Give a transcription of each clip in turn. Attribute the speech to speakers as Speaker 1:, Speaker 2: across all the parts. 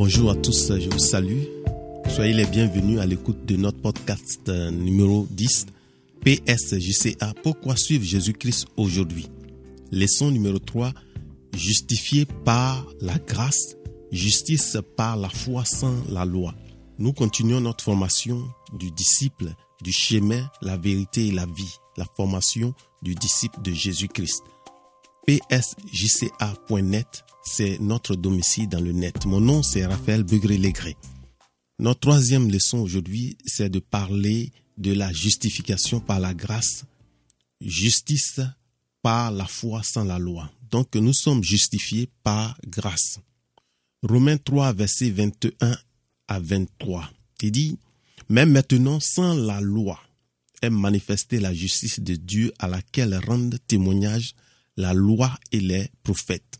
Speaker 1: Bonjour à tous, je vous salue. Soyez les bienvenus à l'écoute de notre podcast numéro 10, PSJCA, Pourquoi suivre Jésus-Christ aujourd'hui? Leçon numéro 3, justifié par la grâce, justice par la foi sans la loi. Nous continuons notre formation du disciple, du chemin, la vérité et la vie, la formation du disciple de Jésus-Christ. PSJCA.net, c'est notre domicile dans le net. Mon nom, c'est Raphaël Begré-Légré. Notre troisième leçon aujourd'hui, c'est de parler de la justification par la grâce, justice par la foi sans la loi. Donc, nous sommes justifiés par grâce. Romains 3, versets 21 à 23. Il dit, « Mais maintenant, sans la loi, est manifestée la justice de Dieu à laquelle rendent témoignage la loi et les prophètes.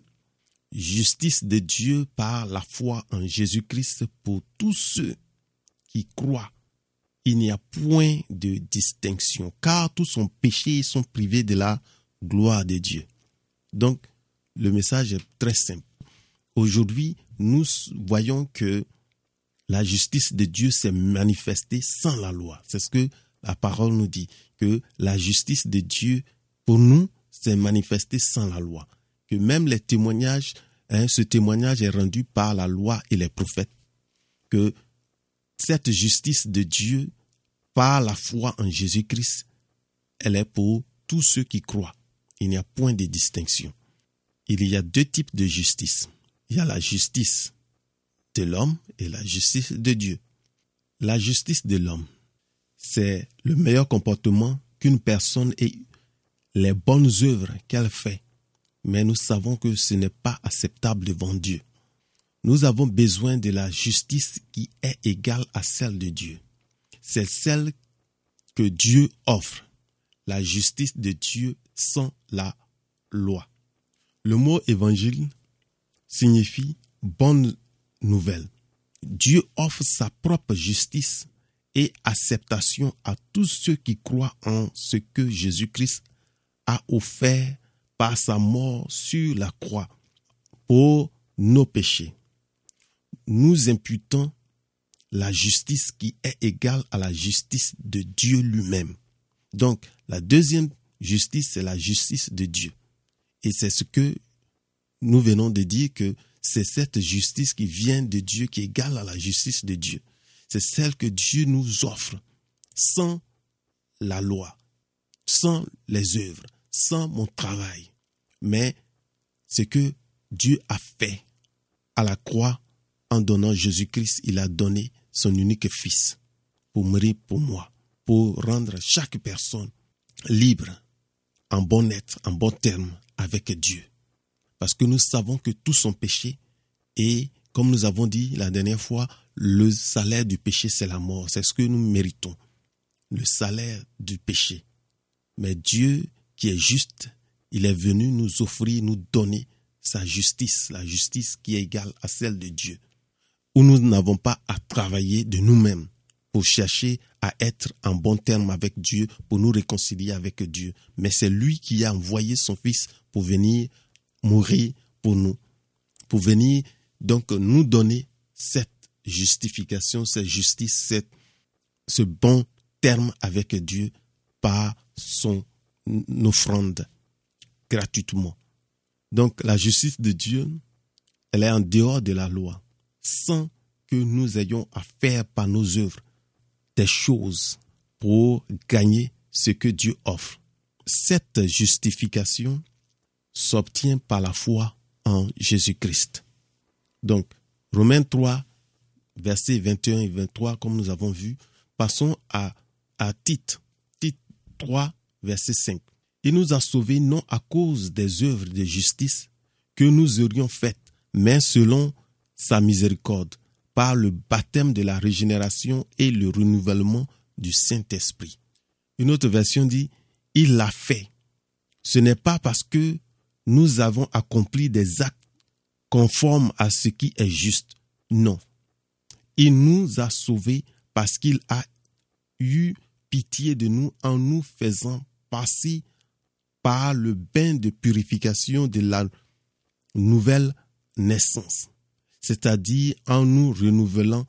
Speaker 1: Justice de Dieu par la foi en Jésus-Christ pour tous ceux qui croient. Il n'y a point de distinction, car tous sont péchés et sont privés de la gloire de Dieu. » Donc, le message est très simple. Aujourd'hui, nous voyons que la justice de Dieu s'est manifestée sans la loi. C'est ce que la parole nous dit, que la justice de Dieu, pour nous, s'est manifestée sans la loi. Que même les témoignages, ce témoignage est rendu par la loi et les prophètes. Que cette justice de Dieu, par la foi en Jésus-Christ, elle est pour tous ceux qui croient. Il n'y a point de distinction. Il y a deux types de justice. Il y a la justice de l'homme et la justice de Dieu. La justice de l'homme, c'est le meilleur comportement qu'une personne ait, les bonnes œuvres qu'elle fait. Mais nous savons que ce n'est pas acceptable devant Dieu. Nous avons besoin de la justice qui est égale à celle de Dieu. C'est celle que Dieu offre, la justice de Dieu sans la loi. Le mot évangile signifie bonne nouvelle. Dieu offre sa propre justice et acceptation à tous ceux qui croient en ce que Jésus-Christ a offert par sa mort sur la croix pour nos péchés. Nous imputons la justice qui est égale à la justice de Dieu lui-même. Donc, la deuxième justice, c'est la justice de Dieu. Et c'est ce que nous venons de dire, que c'est cette justice qui vient de Dieu, qui est égale à la justice de Dieu. C'est celle que Dieu nous offre sans la loi, sans les œuvres, sans mon travail. Mais ce que Dieu a fait à la croix en donnant Jésus-Christ, il a donné son unique fils pour mourir pour moi, pour rendre chaque personne libre, en bon être, en bon terme avec Dieu. Parce que nous savons que tous sont péchés et comme nous avons dit la dernière fois, le salaire du péché c'est la mort, c'est ce que nous méritons, le salaire du péché. Mais Dieu qui est juste, il est venu nous offrir, nous donner sa justice, la justice qui est égale à celle de Dieu, où nous n'avons pas à travailler de nous-mêmes pour chercher à être en bon terme avec Dieu, pour nous réconcilier avec Dieu. Mais c'est lui qui a envoyé son Fils pour venir mourir pour nous, pour venir donc nous donner cette justification, cette justice, ce bon terme avec Dieu par son offrande gratuitement. Donc la justice de Dieu, elle est en dehors de la loi, sans que nous ayons à faire par nos œuvres des choses pour gagner ce que Dieu offre. Cette justification s'obtient par la foi en Jésus-Christ. Donc, Romains 3, versets 21 et 23, comme nous avons vu, passons à Tite 3, verset 5. Il nous a sauvés non à cause des œuvres de justice que nous aurions faites, mais selon sa miséricorde, par le baptême de la régénération et le renouvellement du Saint-Esprit. Une autre version dit, il l'a fait. Ce n'est pas parce que nous avons accompli des actes conformes à ce qui est juste. Non. Il nous a sauvés parce qu'il a eu pitié de nous en nous faisant passer par le bain de purification de la nouvelle naissance. c'est-à-dire en nous renouvelant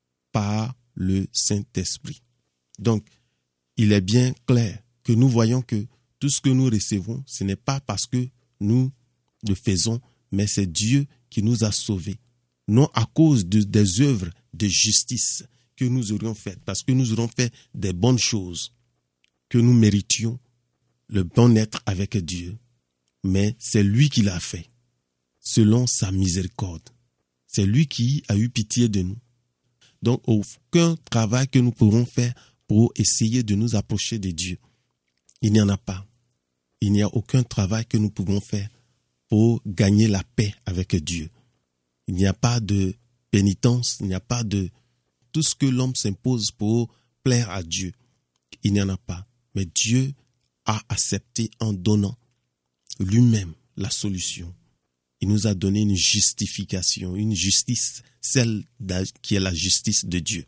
Speaker 1: par le Saint-Esprit. Donc, il est bien clair que nous voyons que tout ce que nous recevons, ce n'est pas parce que nous le faisons, mais c'est Dieu qui nous a sauvés. Non à cause des œuvres de justice que nous aurions faites, parce que nous aurions fait des bonnes choses, que nous méritions le bon-être avec Dieu. Mais c'est lui qui l'a fait, selon sa miséricorde. C'est lui qui a eu pitié de nous. Donc, aucun travail que nous pourrons faire pour essayer de nous approcher de Dieu, il n'y en a pas. Il n'y a aucun travail que nous pouvons faire pour gagner la paix avec Dieu. Il n'y a pas de pénitence, il n'y a pas de tout ce que l'homme s'impose pour plaire à Dieu. Il n'y en a pas. Mais Dieu a accepté en donnant lui-même la solution. Il nous a donné une justification, une justice, celle qui est la justice de Dieu.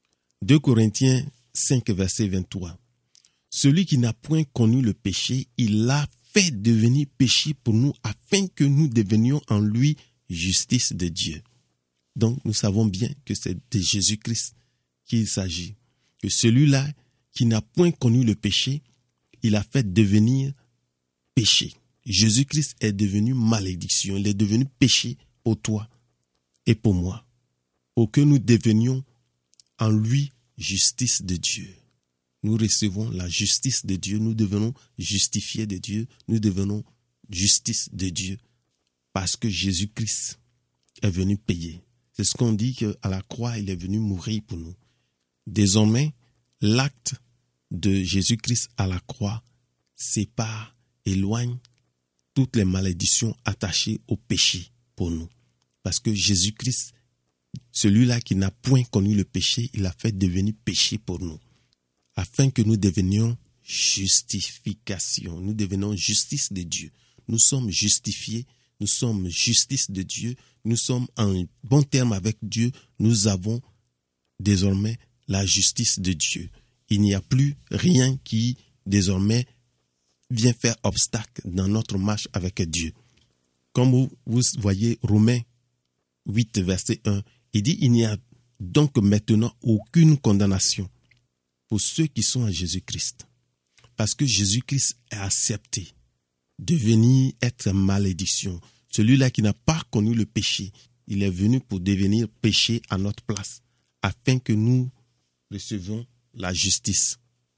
Speaker 1: 2 Corinthiens 5, verset 23. Celui qui n'a point connu le péché, il l'a fait devenir péché pour nous, afin que nous devenions en lui justice de Dieu. Donc, nous savons bien que c'est de Jésus-Christ qu'il s'agit. Que celui-là qui n'a point connu le péché, il a fait devenir péché. Jésus-Christ est devenu malédiction. Il est devenu péché pour toi et pour moi. Pour que nous devenions en lui justice de Dieu. Nous recevons la justice de Dieu. Nous devenons justifiés de Dieu. Nous devenons justice de Dieu. Parce que Jésus-Christ est venu payer. C'est ce qu'on dit qu'à la croix, il est venu mourir pour nous. Désormais, l'acte de Jésus-Christ à la croix sépare, éloigne toutes les malédictions attachées au péché pour nous. Parce que Jésus-Christ, celui-là qui n'a point connu le péché, il a fait devenir péché pour nous. Afin que nous devenions justification. Nous devenons justice de Dieu. Nous sommes justifiés. Nous sommes justice de Dieu. Nous sommes en bon terme avec Dieu. Nous avons désormais la justice de Dieu. Il n'y a plus rien qui, désormais, vient faire obstacle dans notre marche avec Dieu. Comme vous voyez, Romains 8, verset 1, il dit, il n'y a donc maintenant aucune condamnation pour ceux qui sont en Jésus-Christ. Parce que Jésus-Christ a accepté de venir être malédiction. Celui-là qui n'a pas connu le péché, il est venu pour devenir péché à notre place, afin que nous recevions la justice.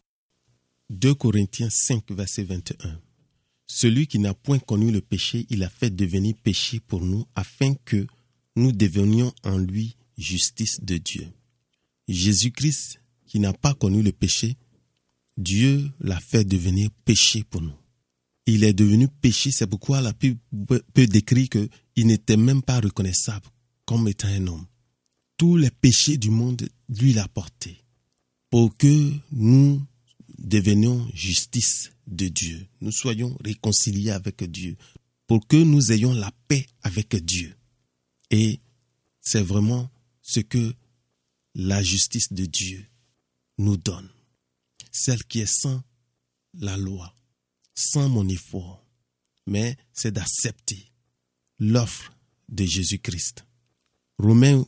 Speaker 1: 2 Corinthiens 5, verset 21. Celui qui n'a point connu le péché, il a fait devenir péché pour nous, afin que nous devenions en lui justice de Dieu. Jésus-Christ, qui n'a pas connu le péché, Dieu l'a fait devenir péché pour nous. Il est devenu péché, c'est pourquoi la Bible peut décrire qu'il n'était même pas reconnaissable comme étant un homme. Tous les péchés du monde, lui l'a porté, pour que nous devenions justice de Dieu. Nous soyons réconciliés avec Dieu, pour que nous ayons la paix avec Dieu. Et c'est vraiment ce que la justice de Dieu nous donne. Celle qui est sans la loi, sans mon effort, mais c'est d'accepter l'offre de Jésus-Christ. Romains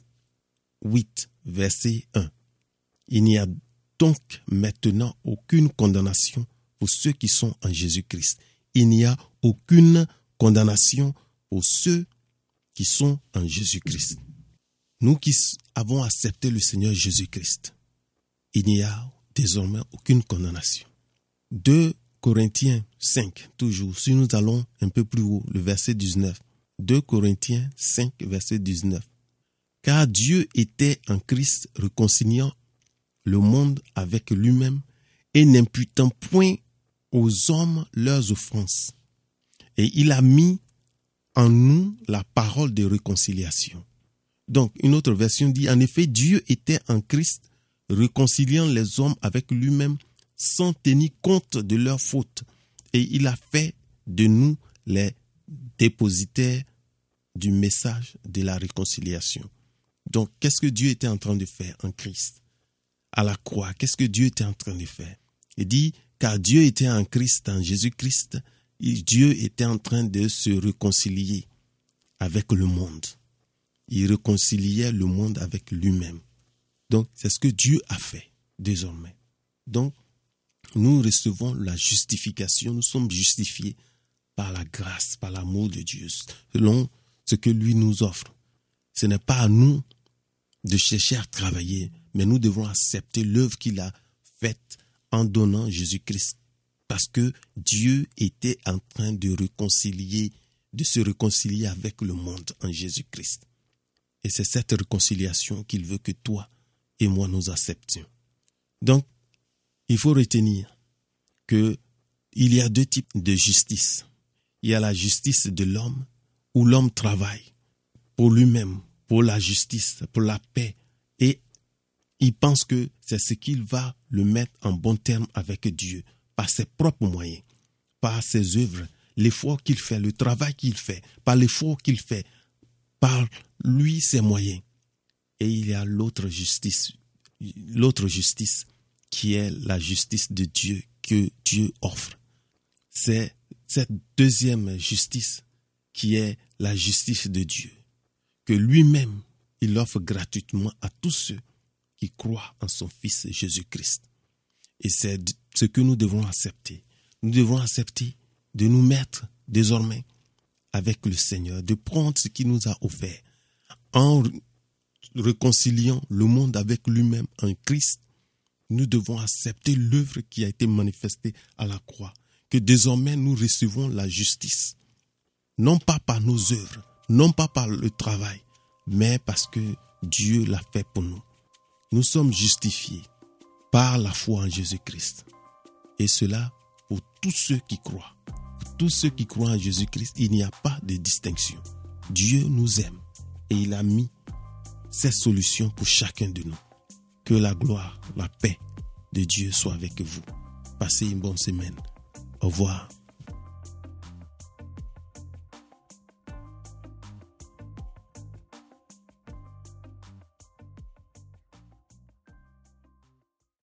Speaker 1: 8, verset 1. Il n'y a donc maintenant aucune condamnation pour ceux qui sont en Jésus-Christ. Il n'y a aucune condamnation pour ceux qui sont en Jésus-Christ. Nous qui avons accepté le Seigneur Jésus-Christ, il n'y a désormais aucune condamnation. 2 Corinthiens 5, toujours, si nous allons un peu plus haut, le verset 19. 2 Corinthiens 5, verset 19. Car Dieu était en Christ réconciliant le monde avec lui-même et n'imputant point aux hommes leurs offenses. Et il a mis en nous la parole de réconciliation. Donc, une autre version dit, en effet, Dieu était en Christ réconciliant les hommes avec lui-même sans tenir compte de leurs fautes. Et il a fait de nous les dépositaires du message de la réconciliation. Donc, qu'est-ce que Dieu était en train de faire en Christ? À la croix, qu'est-ce que Dieu était en train de faire? Il dit, car Dieu était en Christ, en Jésus-Christ, Dieu était en train de se réconcilier avec le monde. Il réconciliait le monde avec lui-même. Donc, c'est ce que Dieu a fait désormais. Donc, nous recevons la justification, nous sommes justifiés par la grâce, par l'amour de Dieu, selon ce que lui nous offre. Ce n'est pas à nous de chercher à travailler, mais nous devons accepter l'œuvre qu'il a faite en donnant Jésus-Christ. Parce que Dieu était en train de se réconcilier avec le monde en Jésus-Christ. Et c'est cette réconciliation qu'il veut que toi et moi nous acceptions. Donc, il faut retenir qu'il y a deux types de justice. Il y a la justice de l'homme, où l'homme travaille pour lui-même, pour la justice, pour la paix. Et il pense que c'est ce qu'il va le mettre en bon terme avec Dieu, par ses propres moyens, par ses œuvres, l'effort qu'il fait, le travail qu'il fait, par l'effort qu'il fait, par lui, ses moyens. Et il y a l'autre justice qui est la justice de Dieu que Dieu offre. C'est cette deuxième justice qui est la justice de Dieu, que lui-même, il offre gratuitement à tous ceux qui croient en son Fils Jésus-Christ. Et c'est ce que nous devons accepter. Nous devons accepter de nous mettre désormais avec le Seigneur, de prendre ce qu'il nous a offert en réconciliant le monde avec lui-même en Christ. Nous devons accepter l'œuvre qui a été manifestée à la croix, que désormais nous recevons la justice, non pas par nos œuvres, non pas par le travail, mais parce que Dieu l'a fait pour nous. Nous sommes justifiés par la foi en Jésus-Christ. Et cela pour tous ceux qui croient. Pour tous ceux qui croient en Jésus-Christ, il n'y a pas de distinction. Dieu nous aime et il a mis cette solution pour chacun de nous. Que la gloire, la paix de Dieu soit avec vous. Passez une bonne semaine. Au revoir.